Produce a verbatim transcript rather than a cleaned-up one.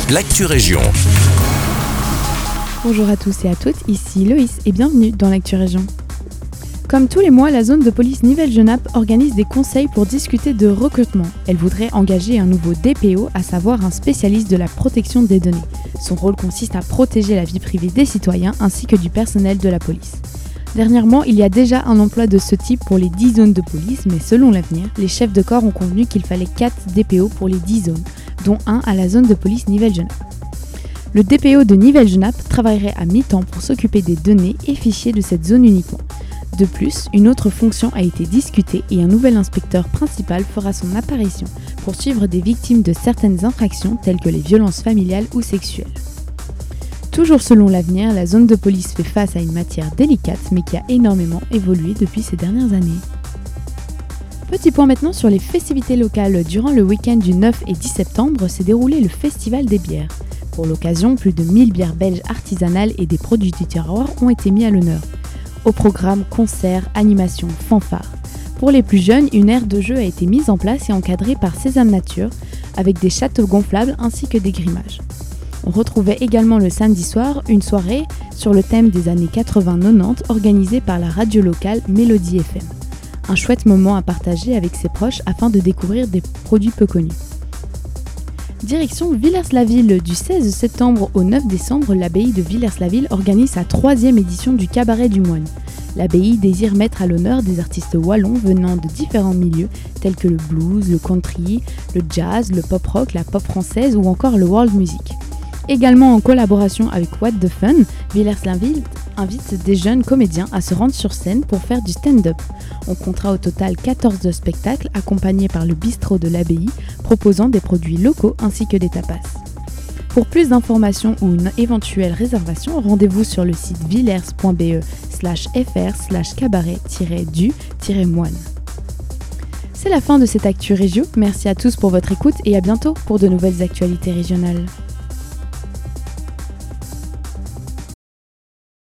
l'actu région. Bonjour à tous et à toutes, ici Loïs et bienvenue dans l'actu région. Comme tous les mois, la zone de police Nivelles-Genappe organise des conseils pour discuter de recrutement. Elle voudrait engager un nouveau D P O, à savoir un spécialiste de la protection des données. Son rôle consiste à protéger la vie privée des citoyens ainsi que du personnel de la police. Dernièrement, il y a déjà un emploi de ce type pour les dix zones de police, mais selon l'avenir, les chefs de corps ont convenu qu'il fallait quatre D P O pour les dix zones, dont un à la zone de police Nivelles-Genappe. Le D P O de Nivelles-Genappe travaillerait à mi-temps pour s'occuper des données et fichiers de cette zone uniquement. De plus, une autre fonction a été discutée et un nouvel inspecteur principal fera son apparition pour suivre des victimes de certaines infractions telles que les violences familiales ou sexuelles. Toujours selon l'avenir, la zone de police fait face à une matière délicate mais qui a énormément évolué depuis ces dernières années. Petit point maintenant sur les festivités locales. Durant le week-end du neuf et dix septembre s'est déroulé le Festival des bières. Pour l'occasion, plus de mille bières belges artisanales et des produits du terroir ont été mis à l'honneur. Au programme, concerts, animations, fanfares. Pour les plus jeunes, une aire de jeu a été mise en place et encadrée par Sésame Nature, avec des châteaux gonflables ainsi que des grimages. On retrouvait également le samedi soir une soirée sur le thème des années quatre-vingts quatre-vingt-dix organisée par la radio locale Mélodie F M. Un chouette moment à partager avec ses proches afin de découvrir des produits peu connus. Direction Villers-la-Ville. Du seize septembre au neuf décembre, l'abbaye de Villers-la-Ville organise sa troisième édition du Cabaret du Moine. L'abbaye désire mettre à l'honneur des artistes wallons venant de différents milieux tels que le blues, le country, le jazz, le pop-rock, la pop française ou encore le world music. Également en collaboration avec What the Fun, Villers-la-Ville invite des jeunes comédiens à se rendre sur scène pour faire du stand-up. On comptera au total quatorze spectacles accompagnés par le bistrot de l'abbaye, proposant des produits locaux ainsi que des tapas. Pour plus d'informations ou une éventuelle réservation, rendez-vous sur le site villers.be slash fr slash cabaret-du-moine. C'est la fin de cette Actu Régio. Merci à tous pour votre écoute et à bientôt pour de nouvelles actualités régionales.